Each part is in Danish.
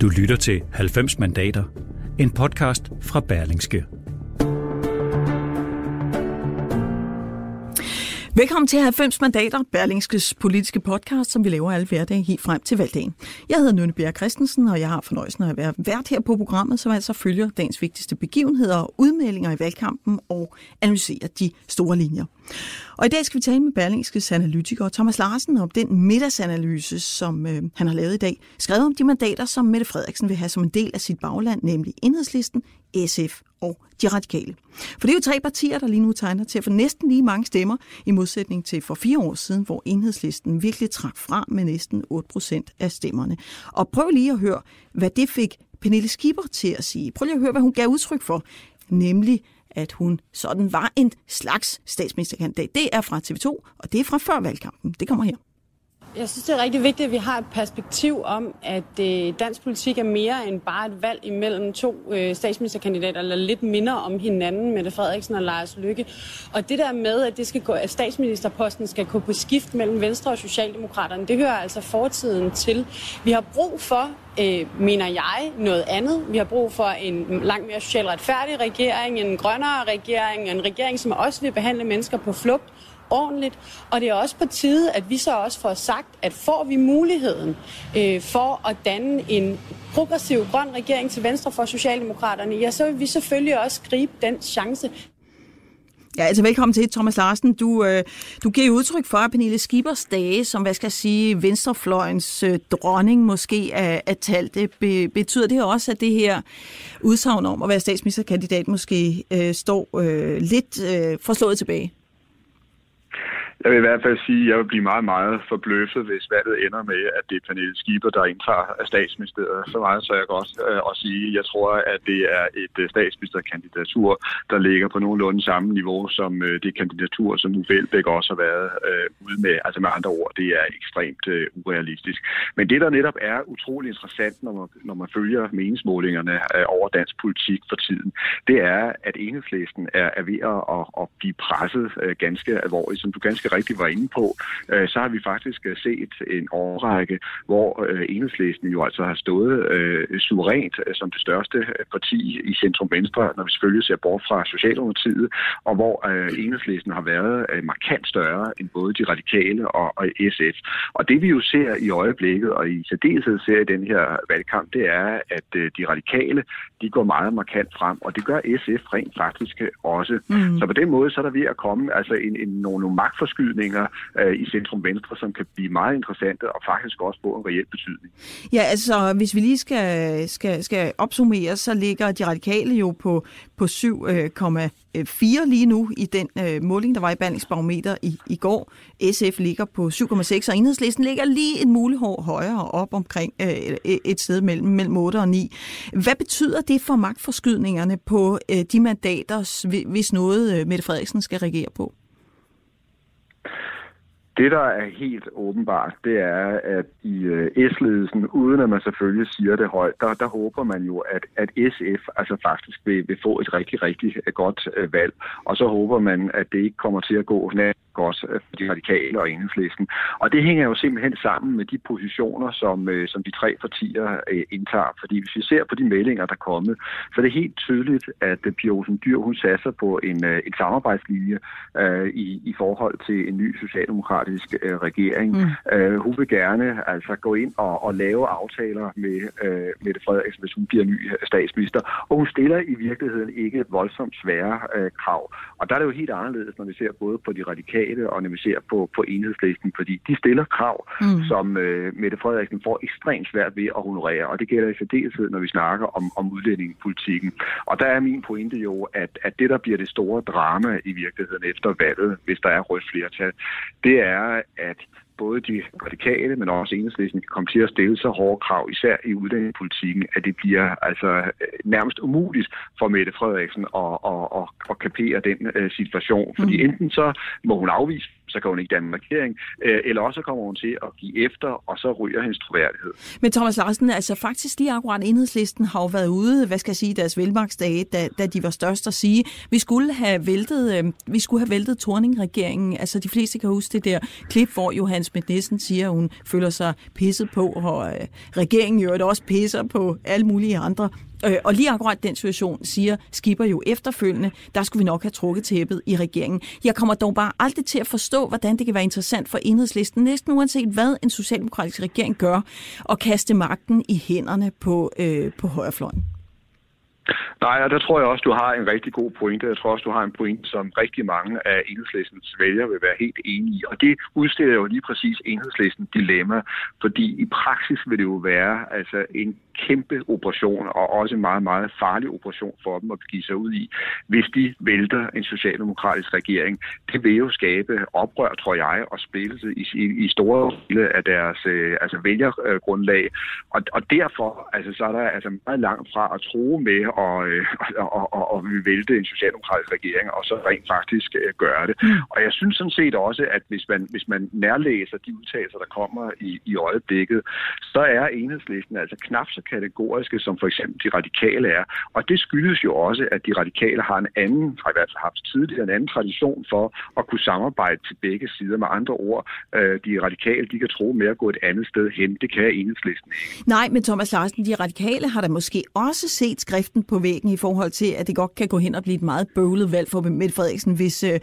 Du lytter til 90 mandater, en podcast fra Berlingske. Velkommen til 90 mandater, Berlingskes politiske podcast, som vi laver alle hverdage helt frem til valgdagen. Jeg hedder Nynne Bjerre Christensen, og jeg har fornøjelsen af at være vært her på programmet, som altså følger dagens vigtigste begivenheder og udmeldinger i valgkampen og analyserer de store linjer. Og i dag skal vi tale med Berlingskes analytiker Thomas Larsen om den middagsanalyse, som han har lavet i dag, skrevet om de mandater, som Mette Frederiksen vil have som en del af sit bagland, nemlig Enhedslisten, SF og De Radikale. For det er jo tre partier, der lige nu tegner til at få næsten lige mange stemmer, i modsætning til for 4 år siden, hvor Enhedslisten virkelig trak fra med næsten 8% af stemmerne. Og prøv lige at høre, hvad det fik Pernille Skipper til at sige. Prøv lige at høre, hvad hun gav udtryk for, nemlig at hun sådan var en slags statsministerkandidat. Det er fra TV2, og det er fra før valgkampen. Det kommer her. Jeg synes, det er rigtig vigtigt, at vi har et perspektiv om, at dansk politik er mere end bare et valg imellem to statsministerkandidater, eller lidt minder om hinanden, Mette Frederiksen og Lars Løkke. Og det der med, at statsministerposten skal gå på skift mellem Venstre og Socialdemokraterne, det hører altså fortiden til. Vi har brug for, mener jeg, noget andet. Vi har brug for en langt mere socialt retfærdig regering, en grønnere regering, en regering, som også vil behandle mennesker på flugt ordentligt, og det er også på tide, at vi så også får sagt, at får vi muligheden for at danne en progressiv grøn regering til venstre for Socialdemokraterne, ja, så vil vi selvfølgelig også gribe den chance. Ja, altså velkommen til, Thomas Larsen. Du giver udtryk for, at Pernille Skippers dage, som, hvad skal jeg sige, venstrefløjens dronning måske er talt. Betyder det også, at det her udsagn om at være statsministerkandidat måske står lidt forslået tilbage? Jeg vil i hvert fald sige, at jeg vil blive meget, meget forbløffet, hvis valget ender med, at det er Pernille Skipper, der indtager statsministeriet. Så meget så jeg godt at sige, jeg tror, at det er et statsministerkandidatur, der ligger på nogenlunde samme niveau som det kandidatur, som Uffe Elbæk også har været ude med. Altså med andre ord, det er ekstremt urealistisk. Men det, der netop er utrolig interessant, når man følger meningsmålingerne over dansk politik for tiden, det er, at Enhedslisten er ved at blive presset ganske alvorligt, som du ganske rigtig var inde på, så har vi faktisk set en årrække, hvor Enhedslisten jo altså har stået suverænt som det største parti i centrum-venstre, når vi selvfølgelig ser bort fra Socialdemokratiet, og hvor Enhedslisten har været markant større end både de radikale og SF. Og det vi jo ser i øjeblikket, og i særdeleshed ser i den her valgkamp, det er, at de radikale, de går meget markant frem, og det gør SF rent faktisk også. Så på den måde, så er der ved at komme altså nogle magtforskydninger i centrum-venstre, som kan blive meget interessante og faktisk også få en reel betydning. Ja, altså hvis vi lige skal opsummere, så ligger de radikale jo på 7,4 lige nu i den måling, der var i Berlingske i går. SF ligger på 7,6, og Enhedslisten ligger lige en mulig højere op omkring et sted mellem 8 og 9. Hvad betyder det for magtforskydningerne på de mandater, hvis noget Mette Frederiksen skal regere på? Det, der er helt åbenbart, det er, at i S-ledelsen, uden at man selvfølgelig siger det højt, der håber man jo, at SF altså faktisk vil få et rigtig, rigtig godt valg. Og så håber man, at det ikke kommer til at gå godt for de radikale og Enhedslisten. Og det hænger jo simpelthen sammen med de positioner, som de tre partier indtager. Fordi hvis vi ser på de meldinger, der er kommet, så er det helt tydeligt, at Pia Olsen Dyhr, hun satser på en samarbejdslinje i forhold til en ny socialdemokratisk regering. Hun vil gerne altså gå ind og lave aftaler med Mette Frederiksen, hvis hun bliver ny statsminister. Og hun stiller i virkeligheden ikke et voldsomt svære krav. Og der er det jo helt anderledes, når vi ser både på de radikale og når vi ser på Enhedslisten, fordi de stiller krav, som Mette Frederiksen får ekstremt svært ved at honorere. Og det gælder i særdeleshed, når vi snakker om udlændingepolitikken. Og der er min pointe jo, at det, der bliver det store drama i virkeligheden efter valget, hvis der er rødt flertal, det er, at både de radikale, men også Enhedslisten kan komme til at stille så hårde krav, især i udlændingepolitikken, at det bliver altså nærmest umuligt for Mette Frederiksen at kapere den situation. Fordi enten så må hun afvise så kan hun ikke danne regering, eller også kommer hun til at give efter, og så ryger hendes troværdighed. Men Thomas Larsen, altså faktisk lige akkurat Enhedslisten har jo været ude, hvad skal jeg sige, deres velmagtsdage, da de var størst at sige, vi skulle have væltet Thorning-regeringen. Altså de fleste kan huske det der klip, hvor Johanne Schmidt-Nielsen siger, at hun føler sig pisset på, og regeringen jo også pisser på alle mulige andre. Og lige akkurat den situation siger Skipper jo efterfølgende, der skulle vi nok have trukket tæppet i regeringen. Jeg kommer dog bare aldrig til at forstå, hvordan det kan være interessant for Enhedslisten, næsten uanset hvad en socialdemokratisk regering gør, at kaste magten i hænderne på højrefløjen. Nej, og der tror jeg også, du har en rigtig god pointe. Jeg tror også, du har en pointe, som rigtig mange af Enhedslistens vælgere vil være helt enige i. Og det udstiller jo lige præcis Enhedslistens dilemma, fordi i praksis vil det jo være altså en kæmpe operation, og også en meget, meget farlig operation for dem at begive sig ud i, hvis de vælter en socialdemokratisk regering. Det vil jo skabe oprør, tror jeg, og splittelse i store dele af deres vælgergrundlag. Og derfor så er der meget langt fra at true med og vælte en socialdemokratisk regering, og så rent faktisk gøre det. Og jeg synes sådan set også, at hvis man nærlæser de udtalelser, der kommer i øjeblikket, så er Enhedslisten altså knap så kategoriske, som for eksempel de radikale er. Og det skyldes jo også, at de radikale har i hvert fald haft tidligere en anden tradition for at kunne samarbejde til begge sider. Med andre ord, de radikale, de kan tro med at gå et andet sted hen. Det kan Enhedslisten ikke. Nej, men Thomas Larsen, de radikale har da måske også set skriften på væggen i forhold til, at det godt kan gå hen og blive et meget bøvlet valg for Mette Frederiksen,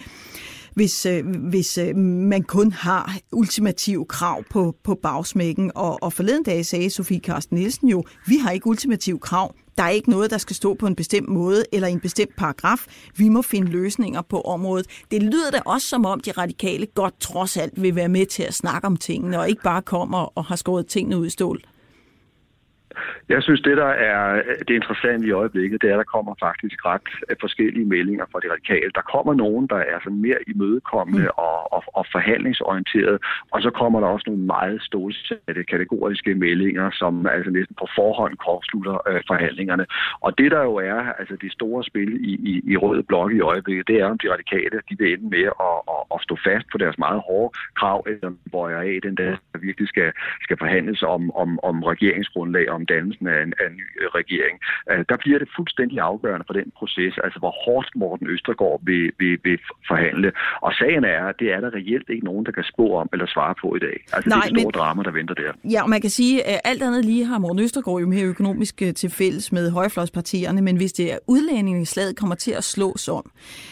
hvis man kun har ultimative krav på bagsmækken. Og forleden dag sagde Sofie Carsten Nielsen jo, vi har ikke ultimative krav. Der er ikke noget, der skal stå på en bestemt måde eller i en bestemt paragraf. Vi må finde løsninger på området. Det lyder da også som om, de radikale godt trods alt vil være med til at snakke om tingene, og ikke bare kommer og har skåret tingene ud i stål. Jeg synes, det interessante i øjeblikket, det er, at der kommer faktisk ret forskellige meldinger fra de radikale. Der kommer nogen, der er sådan mere imødekommende og forhandlingsorienteret, og så kommer der også nogle meget stålsatte kategoriske meldinger, som altså næsten på forhånd kortslutter forhandlingerne. Og det, der jo er altså det store spil i rød blok i øjeblikket, det er, om de radikale de vil ende med at stå fast på deres meget hårde krav, eller bøjer af den der virkelig skal forhandles om regeringsgrundlag, om dannelsen af en ny regering. Der bliver det fuldstændig afgørende for den proces, altså hvor hårdt Morten Østergaard vil forhandle. Og sagen er, at det er der reelt ikke nogen, der kan spå om eller svare på i dag. Altså det er et stort drama, der venter der. Ja, og man kan sige, at alt andet lige har Morten Østergaard jo mere økonomisk til fælles med højrefløjspartierne, men hvis det er udlændingeslaget kommer til at slås om,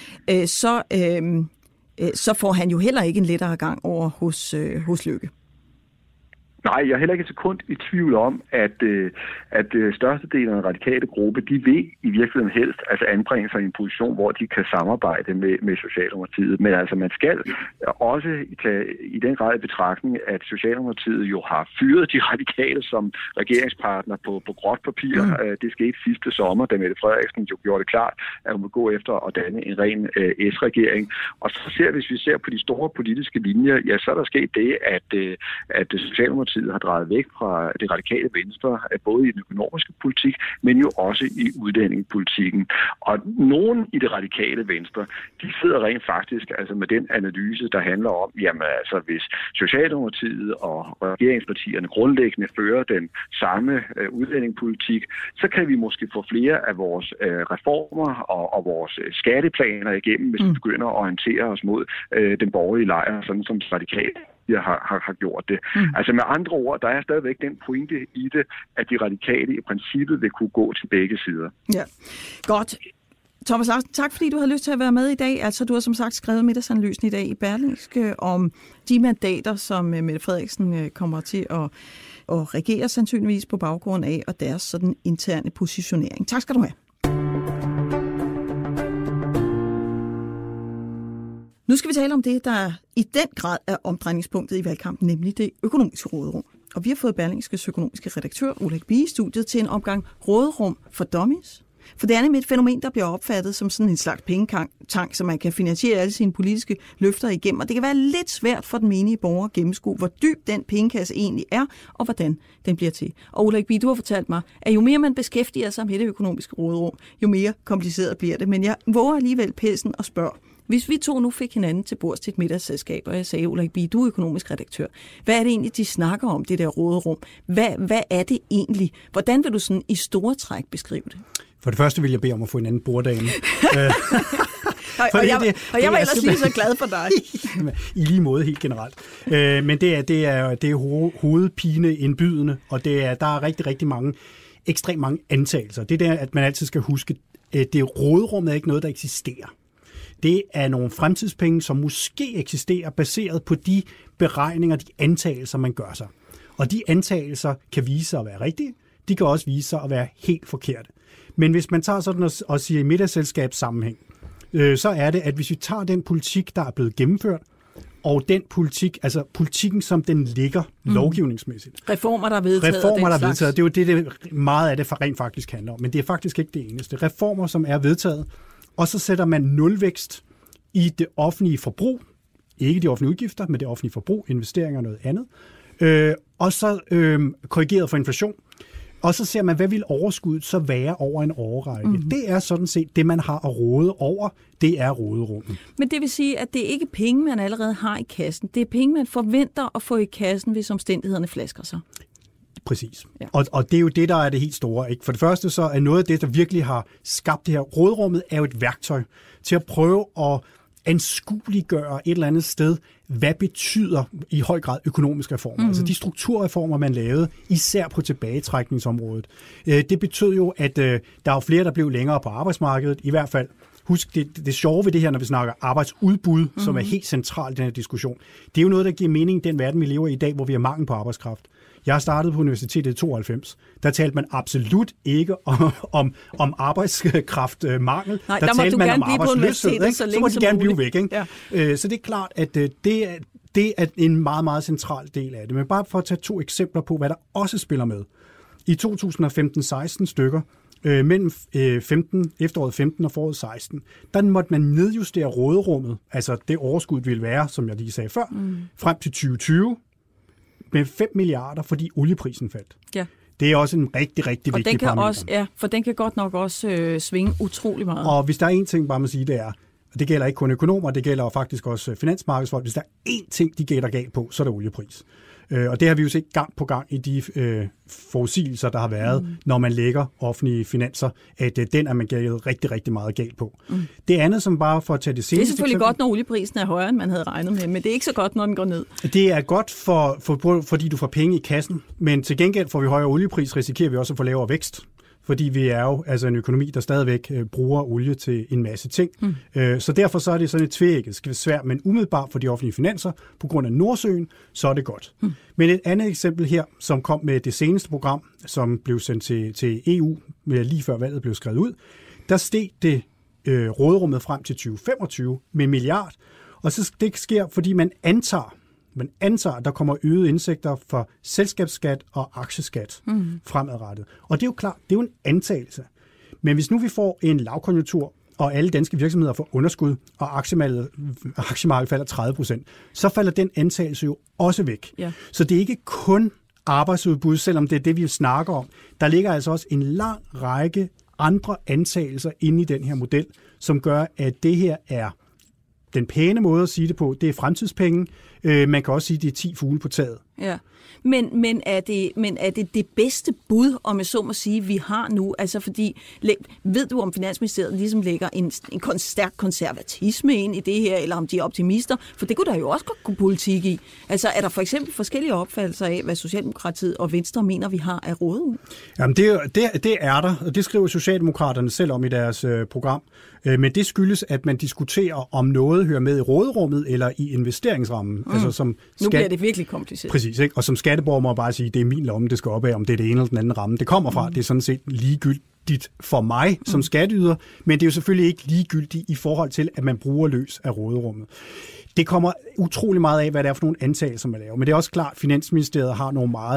så får han jo heller ikke en lettere gang over hos Løkke. Nej, jeg er heller ikke et sekund i tvivl om, at størstedelen af den radikale gruppe, de vil i virkeligheden helst anbringe sig i en position, hvor de kan samarbejde med Socialdemokratiet. Men altså, man skal også tage i den grad i betragtning, at Socialdemokratiet jo har fyret de radikale som regeringspartner på gråt papir. Det skete sidste sommer, da Mette Frederiksen jo gjorde det klart, at hun vil gå efter at danne en ren S-regering. Og så hvis vi ser på de store politiske linjer, ja, så er der sket det, at Socialdemokratiet har drejet væk fra det radikale venstre, både i den økonomiske politik, men jo også i udlændingepolitikken. Og nogen i det radikale venstre, de sidder rent faktisk med den analyse, der handler om, hvis Socialdemokratiet og regeringspartierne grundlæggende fører den samme udlændingepolitik, så kan vi måske få flere af vores reformer og vores skatteplaner igennem, hvis vi begynder at orientere os mod den borgerlige lejr, sådan som radikale har gjort det. Altså med andre ord, der er stadigvæk den pointe i det, at de radikale i princippet vil kunne gå til begge sider. Ja, godt. Thomas Larsen, tak fordi du har lyst til at være med i dag. Altså du har som sagt skrevet middagsanalysen i dag i Berlingske om de mandater, som Mette Frederiksen kommer til at regere sandsynligvis på baggrund af, og deres sådan interne positionering. Tak skal du have. Nu skal vi tale om det, der i den grad er omdrejningspunktet i valgkampen, nemlig det økonomiske råderum. Og vi har fået Berlingskes økonomiske redaktør, Ulrik Bie, i studiet til en omgang råderum for dummies. For det er nemlig et fænomen, der bliver opfattet som sådan en slags pengetank, så man kan finansiere alle sine politiske løfter igennem. Og det kan være lidt svært for den menige borger at gennemskue, hvor dyb den pengekasse egentlig er, og hvordan den bliver til. Og Ulrik Bie, du har fortalt mig, at jo mere man beskæftiger sig med det økonomiske råderum, jo mere kompliceret bliver det. Men jeg våger alligevel pelsen og spørger, Hvis vi to nu fik hinanden til bords til et middagsselskab, og jeg sagde, Ulrik Bie, du er økonomisk redaktør. Hvad er det egentlig, de snakker om, det der råderum? Hvad er det egentlig? Hvordan vil du sådan i store træk beskrive det? For det første vil jeg bede om at få en anden borddame. Og jeg var ellers lige så glad for dig. I lige måde helt generelt. Men det er hovedpine indbydende, og der er rigtig, rigtig mange, ekstremt mange antagelser. Det der, at man altid skal huske, det råderummet er ikke noget, der eksisterer. Det er nogle fremtidspenge, som måske eksisterer, baseret på de beregninger, de antagelser, man gør sig. Og de antagelser kan vise sig at være rigtige, de kan også vise sig at være helt forkerte. Men hvis man tager sådan og siger i middagsselskabssammenhæng, så er det, at hvis vi tager den politik, der er blevet gennemført, og den politik, altså politikken, som den ligger lovgivningsmæssigt. Reformer, der er vedtaget. Det er jo det meget af det rent faktisk handler om. Men det er faktisk ikke det eneste. Reformer, som er vedtaget, og så sætter man nulvækst i det offentlige forbrug. Ikke de offentlige udgifter, men det offentlige forbrug, investeringer og noget andet. Og så korrigeret for inflation. Og så ser man, hvad vil overskuddet så være over en årrække. Det er sådan set det, man har at råde over. Det er råderummet. Men det vil sige, at det er ikke penge, man allerede har i kassen. Det er penge, man forventer at få i kassen, hvis omstændighederne flasker sig. Præcis. Ja. Og det er jo det, der er det helt store. Ikke? For det første så er noget af det, der virkelig har skabt det her råderummet, er jo et værktøj til at prøve at anskueliggøre et eller andet sted, hvad betyder i høj grad økonomiske reformer. Altså de strukturreformer, man lavede, især på tilbagetrækningsområdet. Det betød jo, at der var flere, der blev længere på arbejdsmarkedet. I hvert fald, husk det sjove ved det her, når vi snakker arbejdsudbud, som er helt centralt i den her diskussion. Det er jo noget, der giver mening i den verden, vi lever i dag, hvor vi har mangel på arbejdskraft. Jeg har startet på universitetet i 92. Der talte man absolut ikke om arbejdskraftmangel. Nej, der talte man om arbejdsløshed. Så må de gerne blive væk. Ikke? Ja. Så det er klart, at det er en meget, meget central del af det. Men bare for at tage 2 eksempler på, hvad der også spiller med. I 2015-16 stykker, mellem efteråret 15 og foråret 16, der måtte man nedjustere råderummet, altså det overskud ville være, som jeg lige sagde før, frem til 2020, med 5 milliarder, fordi olieprisen faldt. Ja. Det er også en rigtig, rigtig vigtig parameter. For den kan godt nok også svinge utrolig meget. Og hvis der er en ting, bare man sige, det er, og det gælder ikke kun økonomer, det gælder faktisk også finansmarkedsfolk, hvis der er én ting, de gætter galt på, så er det oliepris. Og det har vi jo set gang på gang i de forudsigelser, der har været, når man lægger offentlige finanser, at den er man gældet rigtig, rigtig meget galt på. Det andet, som bare for at tage det seneste... Det er selvfølgelig godt, når olieprisen er højere, end man havde regnet med, men det er ikke så godt, når den går ned. Det er godt, fordi du får penge i kassen, men til gengæld får vi højere oliepris, risikerer vi også at få lavere vækst. Fordi vi er jo altså en økonomi, der stadigvæk bruger olie til en masse ting. Så derfor så er det sådan et tvækket. Det skal være svært, men umiddelbart for de offentlige finanser, på grund af Nordsøen, så er det godt. Men et andet eksempel her, som kom med det seneste program, som blev sendt til EU, lige før valget blev skrevet ud, der steg det råderummet frem til 2025 med 1 milliard. Og så det sker, fordi man antager, at der kommer øgede indtægter for selskabsskat og aktieskat fremadrettet. Og det er jo klart, det er jo en antagelse. Men hvis nu vi får en lavkonjunktur, og alle danske virksomheder får underskud, og aktiemarkedet falder 30%, så falder den antagelse jo også væk. Ja. Så det er ikke kun arbejdsudbud, selvom det er det, vi snakker om. Der ligger altså også en lang række andre antagelser inde i den her model, som gør, at det her er den pæne måde at sige det på, det er fremtidspenge. Man kan også sige, at det er 10 fugle på taget. Ja. Men er det bedste bud, om jeg så må sige, vi har nu? Altså fordi, ved du om Finansministeriet ligesom lægger en stærk konservatisme ind i det her, eller om de er optimister? For det kunne der jo også godt gå politik i. Altså er der for eksempel forskellige opfattelser af, hvad Socialdemokratiet og Venstre mener, vi har af råderummet? Jamen det er der, og det skriver Socialdemokraterne selv om i deres program. Men det skyldes, at man diskuterer, om noget hører med i råderummet eller i investeringsrammen. Altså, nu bliver det virkelig kompliceret. Præcis, ikke? Og som skatteborger må jeg bare sige, det er min lomme, det skal op af, om det er det ene eller den anden ramme. Det kommer fra, det er sådan set ligegyldigt for mig som skatteyder, men det er jo selvfølgelig ikke ligegyldigt i forhold til, at man bruger løs af råderummet. Det kommer utrolig meget af, hvad det er for nogle antagelser, man laver. Men det er også klart, at Finansministeriet har nogle meget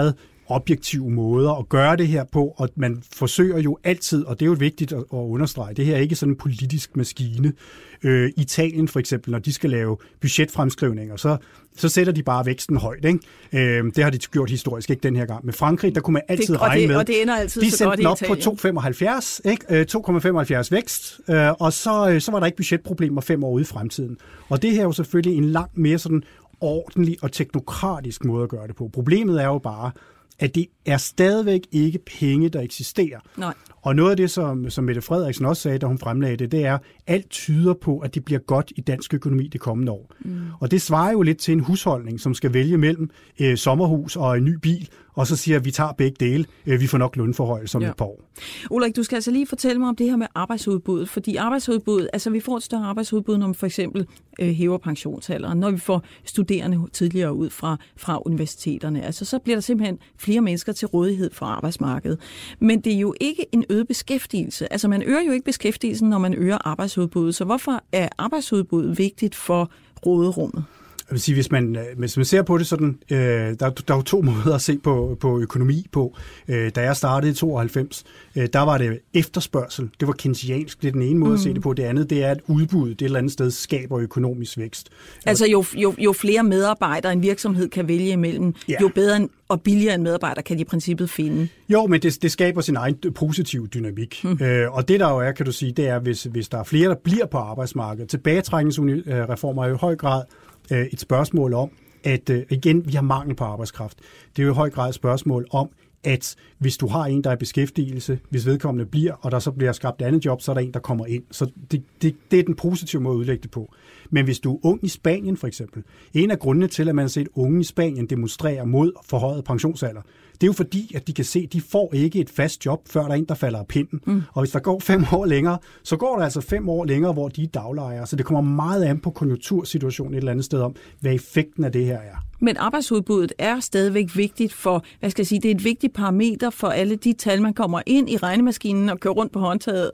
objektive måder at gøre det her på, og man forsøger jo altid, og det er jo vigtigt at understrege, det her er ikke sådan en politisk maskine. Italien for eksempel, når de skal lave budgetfremskrivninger, så sætter de bare væksten højt. Ikke? Det har de gjort historisk, ikke den her gang. Med Frankrig, der kunne man altid regne med. Og det ender altid de så godt i Italien. De sendte den op på 2,75, ikke? 2,75 vækst, og så var der ikke budgetproblemer 5 år ude i fremtiden. Og det her er jo selvfølgelig en langt mere sådan ordentlig og teknokratisk måde at gøre det på. Problemet er jo bare, at det er stadigvæk ikke penge, der eksisterer. Nej. Og noget af det, som Mette Frederiksen også sagde, da hun fremlagde det er, at alt tyder på, at det bliver godt i dansk økonomi det kommende år. Og det svarer jo lidt til en husholdning, som skal vælge mellem sommerhus og en ny bil, og så siger, at vi tager begge dele. Vi får nok lønforhøjelse om et par år. Ulrik, du skal altså lige fortælle mig om det her med arbejdsudbuddet, fordi arbejdsudbuddet, altså vi får et større arbejdsudbud, når vi for eksempel hæver pensionsalderen, når vi får studerende tidligere ud fra universiteterne. Altså så bliver der simpelthen flere mennesker til rådighed for arbejdsmarkedet. Men det er jo ikke en øget beskæftigelse. Altså man øger jo ikke beskæftigelsen, når man øger arbejdsudbuddet. Så hvorfor er arbejdsudbuddet vigtigt for råderummet? Jeg vil sige, hvis man ser på det sådan, der er jo 2 måder at se på økonomi på. Da jeg startede i 92, der var det efterspørgsel. Det var keynesiansk. Det er den ene måde at se det på. Det andet, det er, at udbuddet det et eller andet sted skaber økonomisk vækst. Altså jo flere medarbejdere en virksomhed kan vælge imellem, jo bedre og billigere en medarbejder kan de i princippet finde. Jo, men det skaber sin egen positiv dynamik. Og det der jo er, kan du sige, det er, hvis der er flere, der bliver på arbejdsmarkedet. Tilbagetrækningsreformer er jo i høj grad et spørgsmål om, at igen, vi har mangel på arbejdskraft. Det er jo i høj grad et spørgsmål om, at hvis du har en, der er i beskæftigelse, hvis vedkommende bliver, og der så bliver skabt andet job, så er der en, der kommer ind. Så det er den positive måde at udlægge det på. Men hvis du er ung i Spanien for eksempel, en af grundene til, at man har set unge i Spanien demonstrere mod forhøjet pensionsalder, det er jo fordi, at de kan se, at de får ikke et fast job, før der er en, der falder af pinden. Og hvis der går 5 år længere, så går der altså 5 år længere, hvor de er daglejere. Så det kommer meget an på konjunktursituationen et eller andet sted om, hvad effekten af det her er. Men arbejdsudbuddet er stadigvæk vigtigt for, det er et vigtigt parameter for alle de tal, man kommer ind i regnemaskinen og kører rundt på håndtaget,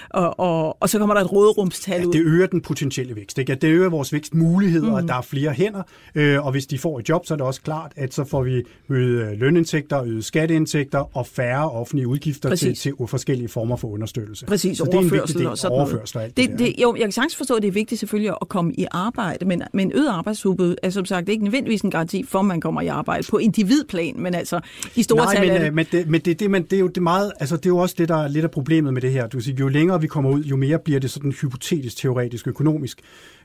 og så kommer der et råderumstal ud. Det øger den potentielle vækst. Ikke? Det øger vores vækstmuligheder, at der er flere hænder, og hvis de får et job, så er det også klart, at så får vi øget lønindtægter, øget skatteindtægter og færre offentlige udgifter til forskellige former for understøttelse. Præcis, så overførsel og sådan noget. Jo, jeg kan sagtens forstå, at det er vigtigt selvfølgelig at komme i arbejde, men øget arbejdsudbud er som sagt ikke nødvendigvis en garanti for, at man kommer i arbejde på individplan, men altså i store tal. Men det er jo det meget, altså det er jo også det, der er lidt af problemet med det her. Du siger, jo længere vi kommer ud, jo mere bliver det sådan hypotetisk, teoretisk, økonomisk.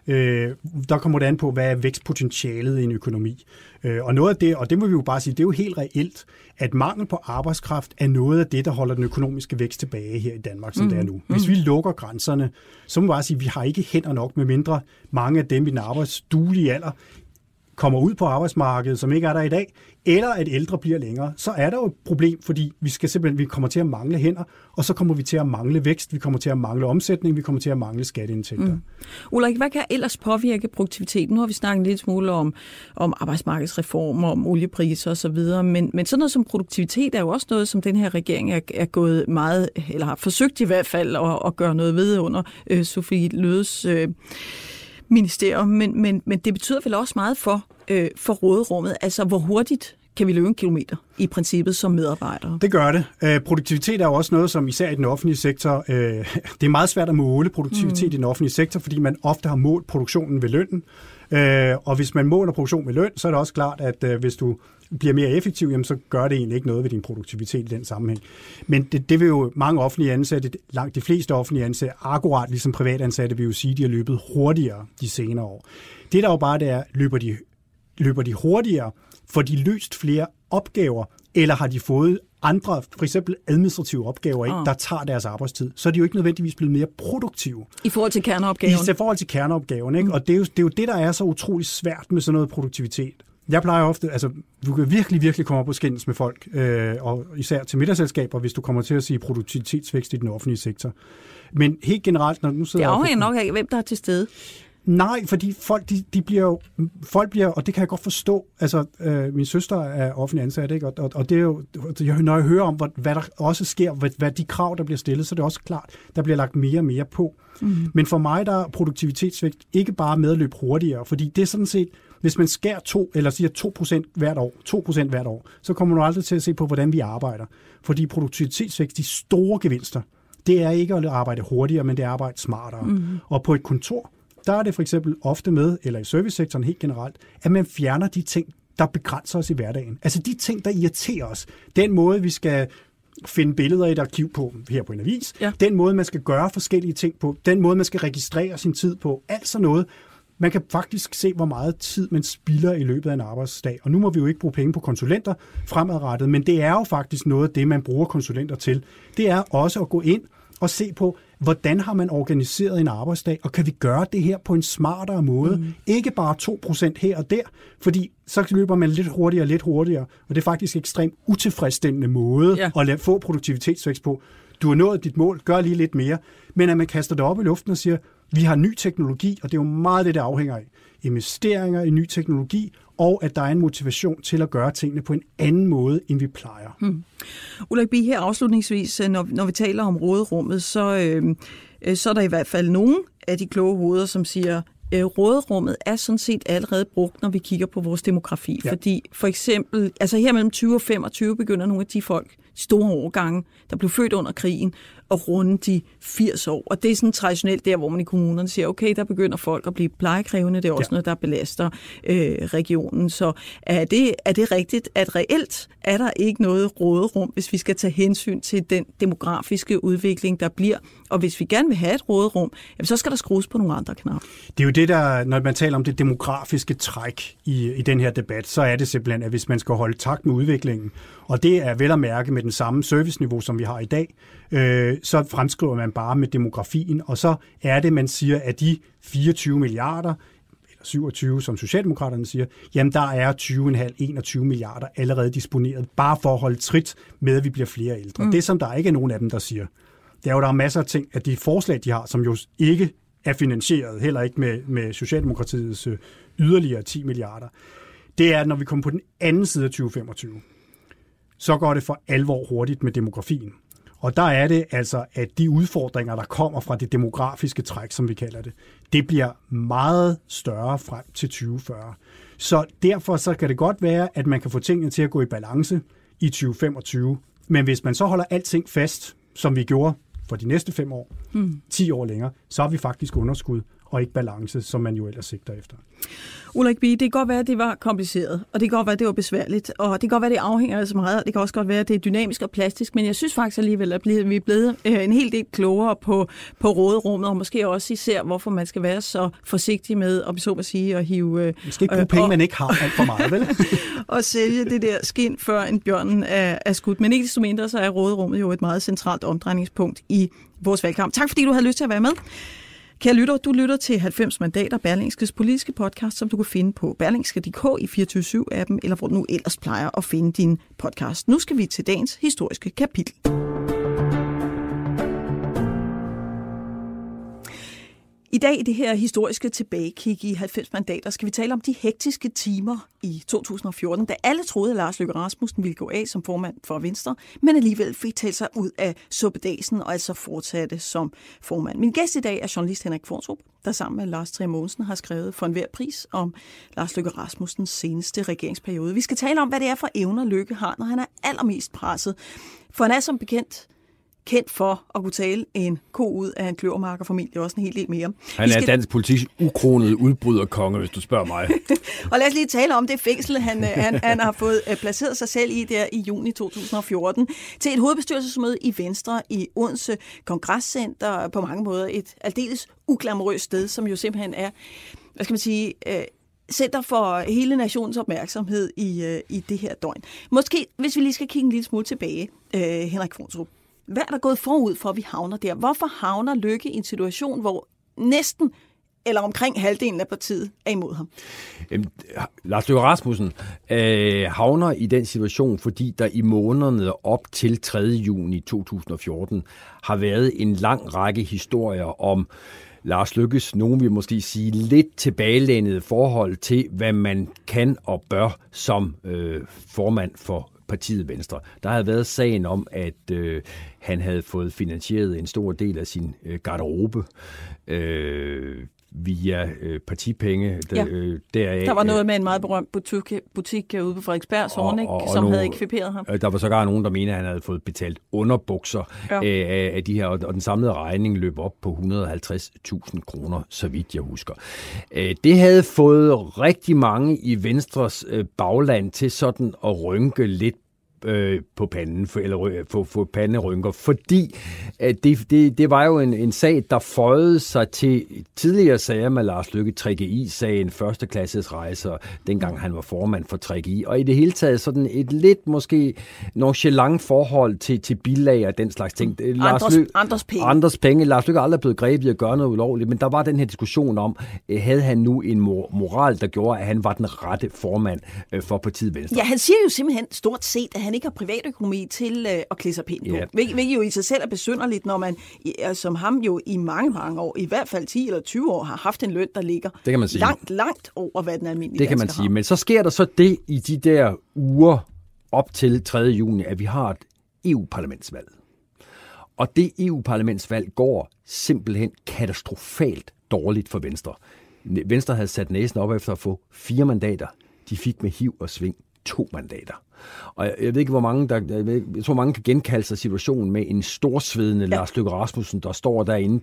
Der kommer det an på, hvad er vækstpotentialet i en økonomi. Og noget af det, og det må vi jo bare sige, det er jo helt reelt, at mangel på arbejdskraft er noget af det, der holder den økonomiske vækst tilbage her i Danmark, som det er nu. Hvis vi lukker grænserne, så må vi bare sige, at vi har ikke hænder nok, med mindre mange af dem i den arbejdsduelige alder kommer ud på arbejdsmarkedet, som ikke er der i dag, eller at ældre bliver længere, så er der jo et problem, fordi vi kommer til at mangle hænder, og så kommer vi til at mangle vækst, vi kommer til at mangle omsætning, vi kommer til at mangle skatteindtægter. Ulrik, hvad kan ellers påvirke produktiviteten? Nu har vi snakket lidt smule om arbejdsmarkedsreformer, om oliepriser osv., men sådan noget som produktivitet er jo også noget, som den her regering er gået meget, eller har forsøgt i hvert fald at gøre noget ved under Sophie Løhdes ministerium, men det betyder vel også meget for råderummet, altså hvor hurtigt kan vi løbe 1 kilometer i princippet som medarbejdere? Det gør det. Produktivitet er jo også noget, som især i den offentlige sektor, det er meget svært at måle produktivitet i den offentlige sektor, fordi man ofte har målt produktionen ved lønnen, og hvis man måler produktion med løn, så er det også klart, at hvis du bliver mere effektiv, jamen, så gør det egentlig ikke noget ved din produktivitet i den sammenhæng. Men det vil jo mange offentlige ansatte, langt de fleste offentlige ansatte, akkurat ligesom privatansatte, vil jo sige, at de har løbet hurtigere de senere år. Det der jo bare det er, løber de hurtigere, får de løst flere opgaver, eller har de fået andre, for eksempel administrative opgaver, ikke, der tager deres arbejdstid, så er de jo ikke nødvendigvis blevet mere produktive. I forhold til kerneopgaven? I forhold til kerneopgaven, ikke? Og det er jo det, der er så utrolig svært med sådan noget produktivitet. Jeg plejer ofte, altså du kan virkelig komme op og skændes med folk, og især til middagsselskaber, hvis du kommer til at sige produktivitetsvækst i den offentlige sektor. Men helt generelt, når du sidder... Det afhænger nok af, hvem der er til stede. Nej, fordi folk bliver, og det kan jeg godt forstå, altså min søster er offentlig ansat, ikke? Og det er jo, når jeg hører om, hvad der også sker, hvad de krav, der bliver stillet, så er det også klart, der bliver lagt mere og mere på. Men for mig, der er produktivitetsvækst ikke bare med at løbe hurtigere, fordi det er sådan set, hvis man skærer 2% hvert år, så kommer man aldrig til at se på, hvordan vi arbejder. Fordi produktivitetsvækst, de store gevinster, det er ikke at arbejde hurtigere, men det er at arbejde smartere. Og på et kontor, der er det for eksempel ofte med, eller i servicesektoren helt generelt, at man fjerner de ting, der begrænser os i hverdagen. Altså de ting, der irriterer os. Den måde, vi skal finde billeder i et arkiv på, her på en avis. Ja. Den måde, man skal gøre forskellige ting på. Den måde, man skal registrere sin tid på. Alt sådan noget. Man kan faktisk se, hvor meget tid man spilder i løbet af en arbejdsdag. Og nu må vi jo ikke bruge penge på konsulenter fremadrettet, men det er jo faktisk noget af det, man bruger konsulenter til. Det er også at gå ind og se på, hvordan har man organiseret en arbejdsdag, og kan vi gøre det her på en smartere måde? Ikke bare 2% her og der, fordi så løber man lidt hurtigere, og det er faktisk en ekstremt utilfredsstillende måde at få produktivitetsvækst på. Du har nået dit mål, gør lige lidt mere, men at man kaster det op i luften og siger, vi har ny teknologi, og det er jo meget det, der afhænger af. Investeringer i ny teknologi, og at der er en motivation til at gøre tingene på en anden måde, end vi plejer. Ulrik Bie, her afslutningsvis, når vi taler om råderummet, så er der i hvert fald nogle af de kloge hoveder, som siger, råderummet er sådan set allerede brugt, når vi kigger på vores demografi. Ja. Fordi for eksempel, altså her mellem 20 og 25 begynder nogle af de folk, de store årgange, der blev født under krigen, at runde de 80 år. Og det er sådan traditionelt der, hvor man i kommunerne siger, okay, der begynder folk at blive plejekrævende. Det er også noget, der belaster regionen. Så er det rigtigt, at reelt er der ikke noget råderum, hvis vi skal tage hensyn til den demografiske udvikling, der bliver? Og hvis vi gerne vil have et råderum, så skal der skrues på nogle andre knapper. Det er jo det, der, når man taler om det demografiske træk i den her debat, så er det simpelthen, at hvis man skal holde takt med udviklingen, og det er vel at mærke med den samme serviceniveau, som vi har i dag, så fremskriver man bare med demografien, og så er det, man siger, at de 24 milliarder, eller 27, som Socialdemokraterne siger, jamen der er 20,5-21 milliarder allerede disponeret, bare for at holde trit med, at vi bliver flere ældre. Det, som der ikke er nogen af dem, der siger, det er jo, der er masser af ting, at de forslag, de har, som jo ikke er finansieret, heller ikke med Socialdemokratiets yderligere 10 milliarder, det er, at når vi kommer på den anden side af 2025, så går det for alvor hurtigt med demografien. Og der er det altså, at de udfordringer, der kommer fra det demografiske træk, som vi kalder det, det bliver meget større frem til 2040. Så derfor så kan det godt være, at man kan få tingene til at gå i balance i 2025. Men hvis man så holder alting fast, som vi gjorde for de næste 5 år, 10 år længere, så har vi faktisk underskud og ikke balance, som man jo ellers sigter efter. Ulrik Bie, det kan godt være, at det var kompliceret, og det kan godt være, at det var besværligt, og det kan godt være, at det afhænger af så meget, og det kan også godt være, at det er dynamisk og plastisk, men jeg synes faktisk alligevel, at vi er blevet en hel del klogere på råderummet, og måske også især, hvorfor man skal være så forsigtig med, om så må sige, at hive... Man skal ikke bruge penge, man ikke har alt for meget, vel? Og sælge det der skind, før en bjørnen er skudt. Men ikke desto mindre, så er råderummet jo et meget centralt omdrejningspunkt i vores valgkamp. Tak fordi du havde lyst til at være med. Kære lytter, du lytter til 90 mandater, Berlingskes politiske podcast, som du kan finde på berlingske.dk i 24/7-appen, eller hvor du nu ellers plejer at finde din podcast. Nu skal vi til dagens historiske kapitel. I dag i det her historiske tilbagekig i 90 mandater skal vi tale om de hektiske timer i 2014, da alle troede, at Lars Løkke Rasmussen ville gå af som formand for Venstre, men alligevel fik talt sig ud af suppedasen og altså fortsatte som formand. Min gæst i dag er journalist Henrik Qvortrup, der sammen med Lars Trier Mogensen har skrevet For enhver pris om Lars Løkke Rasmussens seneste regeringsperiode. Vi skal tale om, hvad det er for evner Løkke har, når han er allermest presset. For han er som bekendt kendt for at kunne tale en ko ud af en kløvermarkerfamilie, også en hel del mere. Han er dansk politik ukronede udbryderkonge, hvis du spørger mig. Og lad os lige tale om det fængsel, han har fået placeret sig selv i der i juni 2014, til et hovedbestyrelsesmøde i Venstre i Odense Kongresscenter, på mange måder et aldeles uglamorøst sted, som jo simpelthen er, hvad skal man sige, center for hele nationens opmærksomhed i det her døgn. Måske, hvis vi lige skal kigge en lille smule tilbage, Henrik Qvortrup. Hvad er der gået forud for, at vi havner der? Hvorfor havner Løkke i en situation, hvor næsten eller omkring halvdelen af partiet er imod ham? Lars Løkke Rasmussen havner i den situation, fordi der i månederne op til 3. juni 2014 har været en lang række historier om Lars Løkkes, nogen vil måske sige, lidt tilbagelænede forhold til, hvad man kan og bør som formand for partiet Venstre. Der havde været sagen om, at han havde fået finansieret en stor del af sin garderobe via partipenge. Der var noget med en meget berømt butik ude på Frederiksberg, Zornig, som havde ekviperet ham. Der var sågar nogen, der mente, at han havde fået betalt underbukser af de her, og den samlede regning løb op på 150.000 kroner, så vidt jeg husker. Det havde fået rigtig mange i Venstres bagland til sådan at rynke lidt på panden, eller få panderynker, fordi det var jo en sag, der føjede sig til tidligere sager med Lars Løkke, 3GI-sagen, førsteklasses rejser, dengang han var formand for 3GI, og i det hele taget sådan et lidt måske nonchalant forhold til bilag og den slags ting. Andres penge. Lars Løkke er aldrig blevet grebet i at gøre noget ulovligt, men der var den her diskussion om, havde han nu en moral, der gjorde, at han var den rette formand for partiet Venstre. Ja, han siger jo simpelthen stort set, at han ikke har privatøkonomi til at klæde sig pænt på. Yeah. Hvilket jo i sig selv er besynderligt, når man som ham jo i mange år, i hvert fald 10 eller 20 år, har haft en løn, der ligger langt over, hvad den almindelige det kan man sige. Har. Men så sker der så det i de der uger op til 3. juni, at vi har et EU-parlamentsvalg. Og det EU-parlamentsvalg går simpelthen katastrofalt dårligt for Venstre. Venstre havde sat næsen op efter at få 4 mandater. De fik med hiv og sving 2 mandater. Og jeg ved ikke, hvor mange, jeg tror, mange kan genkalde sig situationen med en storsvedende Lars Løkke Rasmussen, der står derinde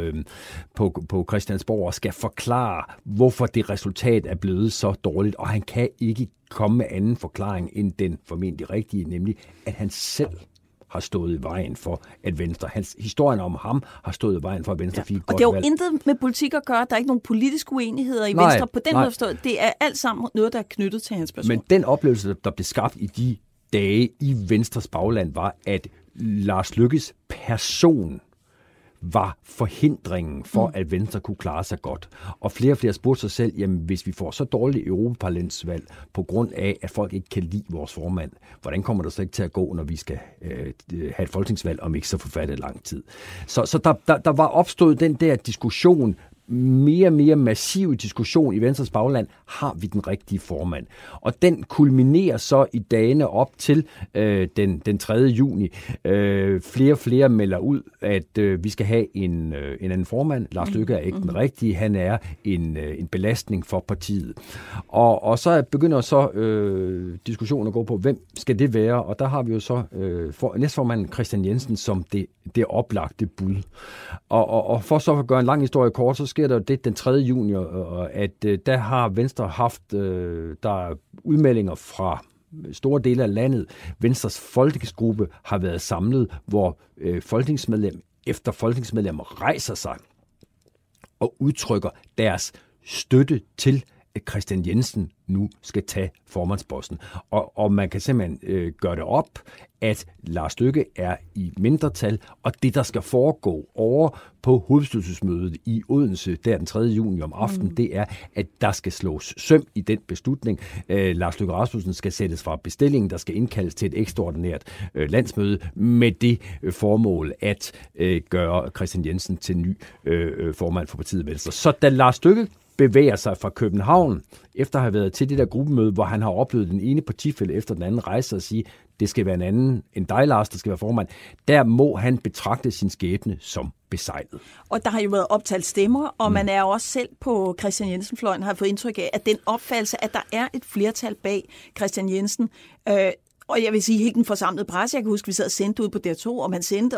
på Christiansborg og skal forklare, hvorfor det resultat er blevet så dårligt. Og han kan ikke komme med anden forklaring end den formentlig rigtige, nemlig at han selv har stået i vejen for, at Venstre, historien om ham har stået i vejen for, at Venstre fik et godt valg. Og det er jo intet med politik at gøre. Der er ikke nogen politiske uenigheder i Venstre. På den måde forstået. Det er alt sammen noget, der er knyttet til hans person. Men den oplevelse, der blev skabt i de dage i Venstres bagland, var, at Lars Løkkes person var forhindringen for, at Venstre kunne klare sig godt. Og flere spurgte sig selv, jamen hvis vi får så dårligt europaparlamentsvalg på grund af, at folk ikke kan lide vores formand, hvordan kommer det så ikke til at gå, når vi skal have et folketingsvalg om ikke så forfærdeligt lang tid? Så der var opstået den der diskussion, mere massiv diskussion i Venstres bagland, har vi den rigtige formand? Og den kulminerer så i dagene op til den 3. juni. Flere melder ud, at vi skal have en anden formand. Lars Løkke er ikke den rigtige. Han er en belastning for partiet. Og så begynder diskussionen at gå på, hvem skal det være? Og der har vi jo så næstformanden Kristian Jensen som det oplagte bud. Og for så at gøre en lang historie kort, så sker der jo det den 3. juni, at der har Venstre haft der udmeldinger fra store dele af landet. Venstres folketingsgruppe har været samlet, hvor folketingsmedlem efter folketingsmedlem rejser sig og udtrykker deres støtte til, at Kristian Jensen nu skal tage formandsposten. Og man kan simpelthen gøre det op, at Lars Løkke er i mindretal, og det, der skal foregå over på hovedbestyrelsesmødet i Odense, der den 3. juni om aftenen, det er, at der skal slås søm i den beslutning. Lars Løkke Rasmussen skal sættes fra bestillingen, der skal indkaldes til et ekstraordinært landsmøde med det formål at gøre Kristian Jensen til ny formand for partiet Venstre. Så da Lars Løkke bevæger sig fra København, efter at have været til det der gruppemøde, hvor han har oplevet den ene partifælle efter den anden rejse og sige, det skal være en anden end dig, Lars, der skal være formand. Der må han betragte sin skæbne som besejlet. Og der har jo været optalt stemmer, og man er også selv på Kristian Jensen-fløjen har fået indtryk af, at den opfattelse, at der er et flertal bag Kristian Jensen, og jeg vil sige, helt den forsamlede presse, jeg kan huske, vi sad og sendte ud på DR2, og man sendte.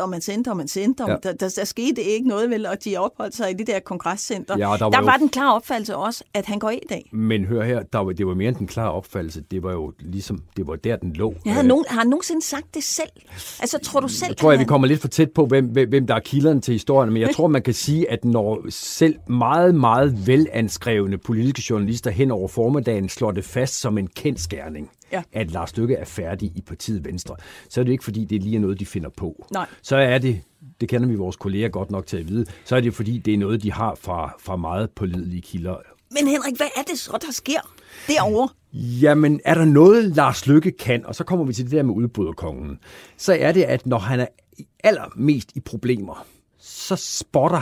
Ja. Der skete ikke noget, vel, og de opholdt sig i det der kongresscenter. Ja, der var den klare opfattelse også, at han går i dag. Men hør her, det var mere end den klare opfattelse. Det var jo ligesom, det var der, den lå. Har han nogensinde sagt det selv? Altså, tror du selv? Jeg tror, vi kommer lidt for tæt på, hvem der er kilderne til historien, men jeg tror, man kan sige, at når selv meget, meget velanskrevne politiske journalister hen over formiddagen slår det fast som en kendsgerning, at Lars Løkke er færdig i partiet Venstre, så er det ikke, fordi det lige er noget, de finder på. Nej. Så er det kender vi vores kolleger godt nok til at vide, så er det fordi, det er noget, de har fra meget pålidelige kilder. Men Henrik, hvad er det så, der sker derovre? Jamen, er der noget, Lars Løkke kan, og så kommer vi til det der med udbryderkongen, så er det, at når han er allermest i problemer, så spotter han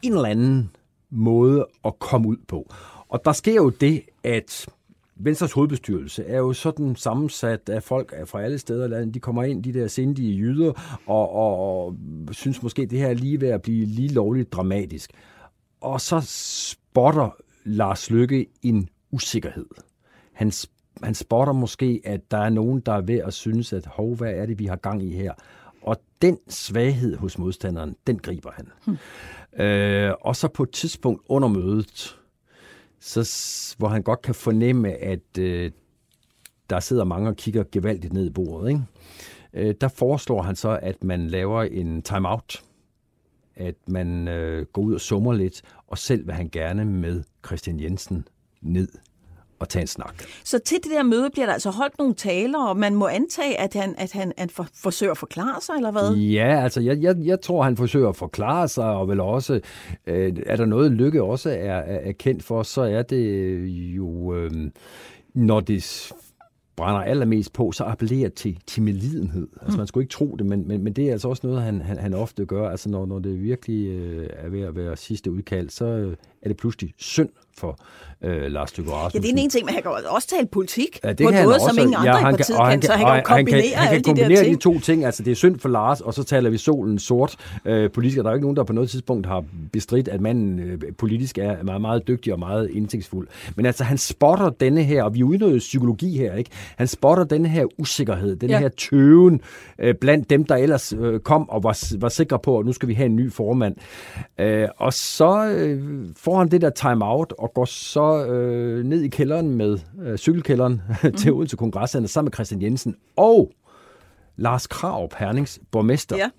en eller anden måde at komme ud på. Og der sker jo det, at Venstres hovedbestyrelse er jo sådan sammensat af folk fra alle steder i landet. De kommer ind, de der sindige jyder, og synes måske, det her er lige ved at blive lige lovligt dramatisk. Og så spotter Lars Løkke en usikkerhed. Han spotter måske, at der er nogen, der er ved at synes, at hvad er det, vi har gang i her? Og den svaghed hos modstanderen, den griber han. Og så på et tidspunkt under mødet, hvor han godt kan fornemme, at der sidder mange og kigger gevaldigt ned i bordet, ikke? Der foreslår han så, at man laver en time-out. At man går ud og summer lidt, og selv vil han gerne med Kristian Jensen ned og tage en snak. Så til det der møde bliver der altså holdt nogle taler, og man må antage, at han forsøger at forklare sig, eller hvad? Ja, altså jeg tror, han forsøger at forklare sig, og vel også, er der noget Løkke også er kendt for, så er det jo, når det brænder allermest på, så appellerer til medlidenhed. Altså man skulle ikke tro det, men det er altså også noget, han ofte gør. Altså når det virkelig er ved at være sidste udkald, så er det pludselig synd for Lars Løkke Rasmussen. Ja, det er den ene ting, men han kan også tale politik på en måde, som ingen andre i partiet kan, så han kan kombinere de to ting. Altså det er synd for Lars, og så taler vi solen sort. Politikere, der er jo ikke nogen, der på noget tidspunkt har bestridt, at manden politisk er meget, meget dygtig og meget indsigtsfuld. Men altså han spotter denne her, og vi er ude i noget psykologi her, ikke? Han spotter denne her usikkerhed, den her tøven blandt dem, der ellers kom og var sikre på, at nu skal vi have en ny formand. Og så får han det der time-out og går så ned i kælderen med cykelkælderen til Odense Kongresscenter sammen med Kristian Jensen og Lars Krarup, Hernings borgmester. Ja.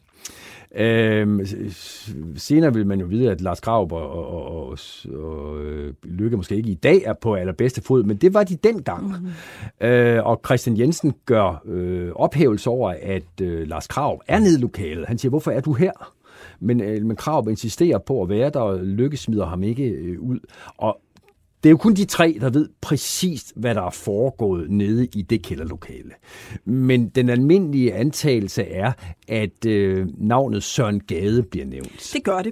Senere vil man jo vide, at Lars Krarup og Løkke måske ikke i dag er på allerbedste fod, men det var de dengang. Og Kristian Jensen gør ophævelse over, at Lars Krarup er nede i lokalet. Han siger, hvorfor er du her? Men Krarup insisterer på at være der, og Løkke smider ham ikke ud. Og det er jo kun de tre, der ved præcis, hvad der er foregået nede i det kælderlokale. Men den almindelige antagelse er, at navnet Søren Gade bliver nævnt. Det gør det.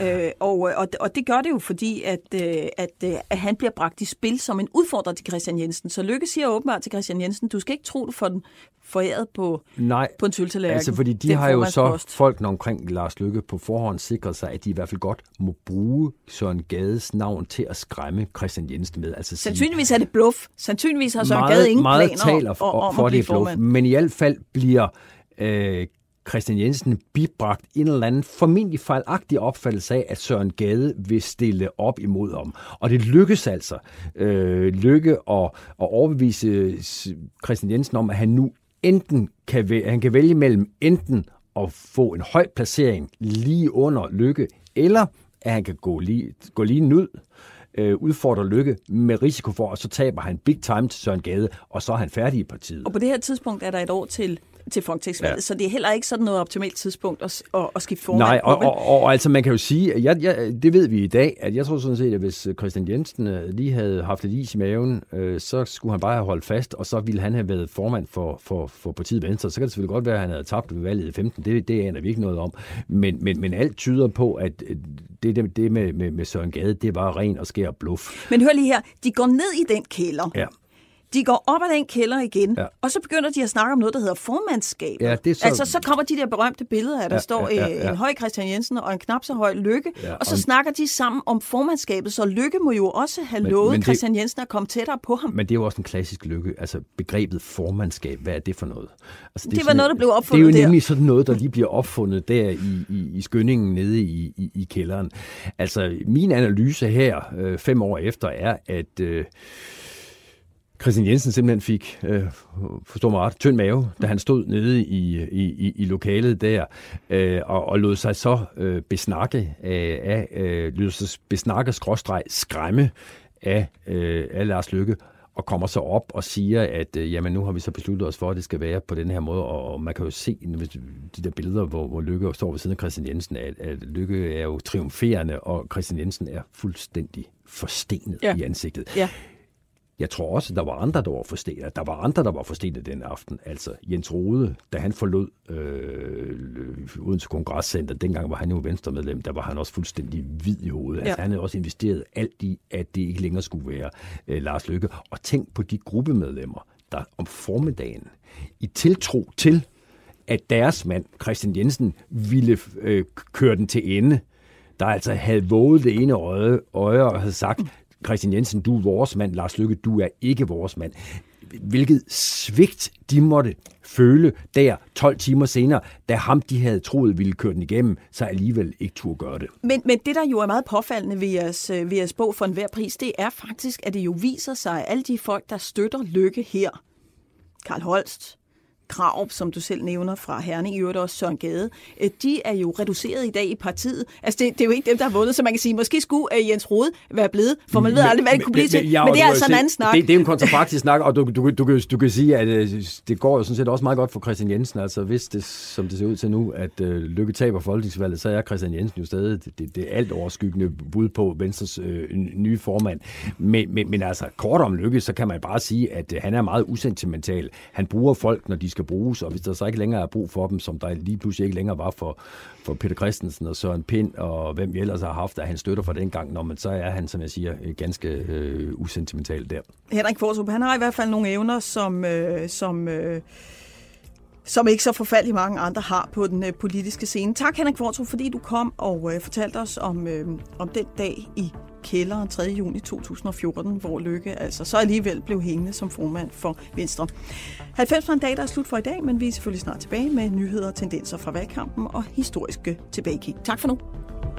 Og det gør det jo, fordi at han bliver bragt i spil som en udfordrer til Kristian Jensen. Så Løkke siger åbenbart til Kristian Jensen, du skal ikke tro, du får den foræret på en sølvtallerken. Altså fordi de har jo så folkene omkring Lars Løkke på forhånd sikret sig, at de i hvert fald godt må bruge Søren Gades navn til at skræmme Kristian Jensen med. Altså sandsynligvis er det bluff. Sandsynligvis har Søren Gade ingen planer om at blive formand. Men i hvert fald bliver Kristian Jensen bibragt en eller anden formentlig fejlagtig opfattelse af, at Søren Gade vil stille op imod ham. Og det lykkes altså Løkke at overbevise Kristian Jensen om, at han nu enten han kan vælge mellem enten at få en høj placering lige under Løkke, eller at han kan gå lige ud, udfordrer Løkke med risiko for, og så taber han big time til Søren Gade, og så er han færdig i partiet. Og på det her tidspunkt er der et år til folketingsvalget, så det er heller ikke sådan noget optimalt tidspunkt at skifte formand. Nej, og altså man kan jo sige, det ved vi i dag, at jeg tror sådan set, at hvis Kristian Jensen lige havde haft et is i maven, så skulle han bare have holdt fast, og så ville han have været formand for partiet Venstre. Så kan det selvfølgelig godt være, at han havde tabt ved valget i 15. Det aner vi ikke noget om. Men alt tyder på, at det med Søren Gade, det var ren og skær bluff. Men hør lige her, de går ned i den kælder. Ja. De går op ad den kælder igen, og så begynder de at snakke om noget, der hedder formandskab. Ja, så kommer de der berømte billeder af, der står en høj Kristian Jensen og en knap så høj Løkke, og så snakker de sammen om formandskabet, så Løkke må jo også have lovet Kristian Jensen at komme tættere på ham. Men det er jo også en klassisk Løkke, altså begrebet formandskab, hvad er det for noget? Altså, det var noget, der blev opfundet der. Det er jo nemlig sådan noget, der lige bliver opfundet der i skyndingen nede i kælderen. Altså min analyse her 5 år efter er, at Kristian Jensen simpelthen fik, forstår mig ret, tynd mave, da han stod nede i lokalet der, og lod sig så skræmme af Lars Løkke, og kommer så op og siger, at jamen, nu har vi så besluttet os for, at det skal være på den her måde, og man kan jo se de der billeder, hvor Løkke står ved siden af Kristian Jensen, at Løkke er jo triumferende, og Kristian Jensen er fuldstændig forstenet i ansigtet. Ja. Jeg tror også, der var andre, der var forstenet. Der var andre, der var forstenet den aften. Altså Jens Rohde, da han forlod Odense Kongresscenter, dengang var han jo venstremedlem, der var han også fuldstændig hvid i hovedet. Altså, han havde også investeret alt i, at det ikke længere skulle være Lars Løkke. Og tænk på de gruppemedlemmer, der om formiddagen i tiltro til, at deres mand, Christian Jensen, ville køre den til ende, der altså havde våget det ene øje og havde sagt, Christian Jensen, du er vores mand, Lars Løkke, du er ikke vores mand. Hvilket svigt de måtte føle der 12 timer senere, da ham de havde troet ville køre den igennem, så alligevel ikke turde gøre det. Men det, der jo er meget påfaldende ved jeres bog For enhver pris, det er faktisk, at det jo viser sig, at alle de folk, der støtter Løkke her, Carl Holst, Krarup, som du selv nævner fra Herning, i øvrigt også Søren Gade, de er jo reduceret i dag i partiet. Altså, det er jo ikke dem, der har vundet, så man kan sige, måske skulle Jens Rohde være blevet, for man ved aldrig, hvad det kunne blive til. Men det er altså en anden snak. Det er en kontrafaktisk snak, og du kan sige, at det går jo sådan set også meget godt for Christian Jensen. Altså, hvis det, som det ser ud til nu, at Løkke taber folketingsvalget, så er Christian Jensen jo stadig det alt overskyggende bud på Venstres nye formand. Men altså, kort om Løkke, så kan man bare sige, at han er meget usentimental. Han bruger folk, når de skal bruges, og hvis der så ikke længere er brug for dem, som der lige pludselig ikke længere var for Peter Christensen og Søren Pind og hvem vi ellers har haft, at han støtter for den gang, så er han, som jeg siger, ganske usentimental der. Henrik Qvortrup, han har i hvert fald nogle evner, som ikke så forfærdeligt mange andre har på den politiske scene. Tak, Henrik Qvortrup, fordi du kom og fortalte os om den dag i kælderen 3. juni 2014, hvor Løkke altså så alligevel blev hængende som formand for Venstre. 90 mandater er slut for i dag, men vi er selvfølgelig snart tilbage med nyheder og tendenser fra valgkampen og historiske tilbagekig. Tak for nu.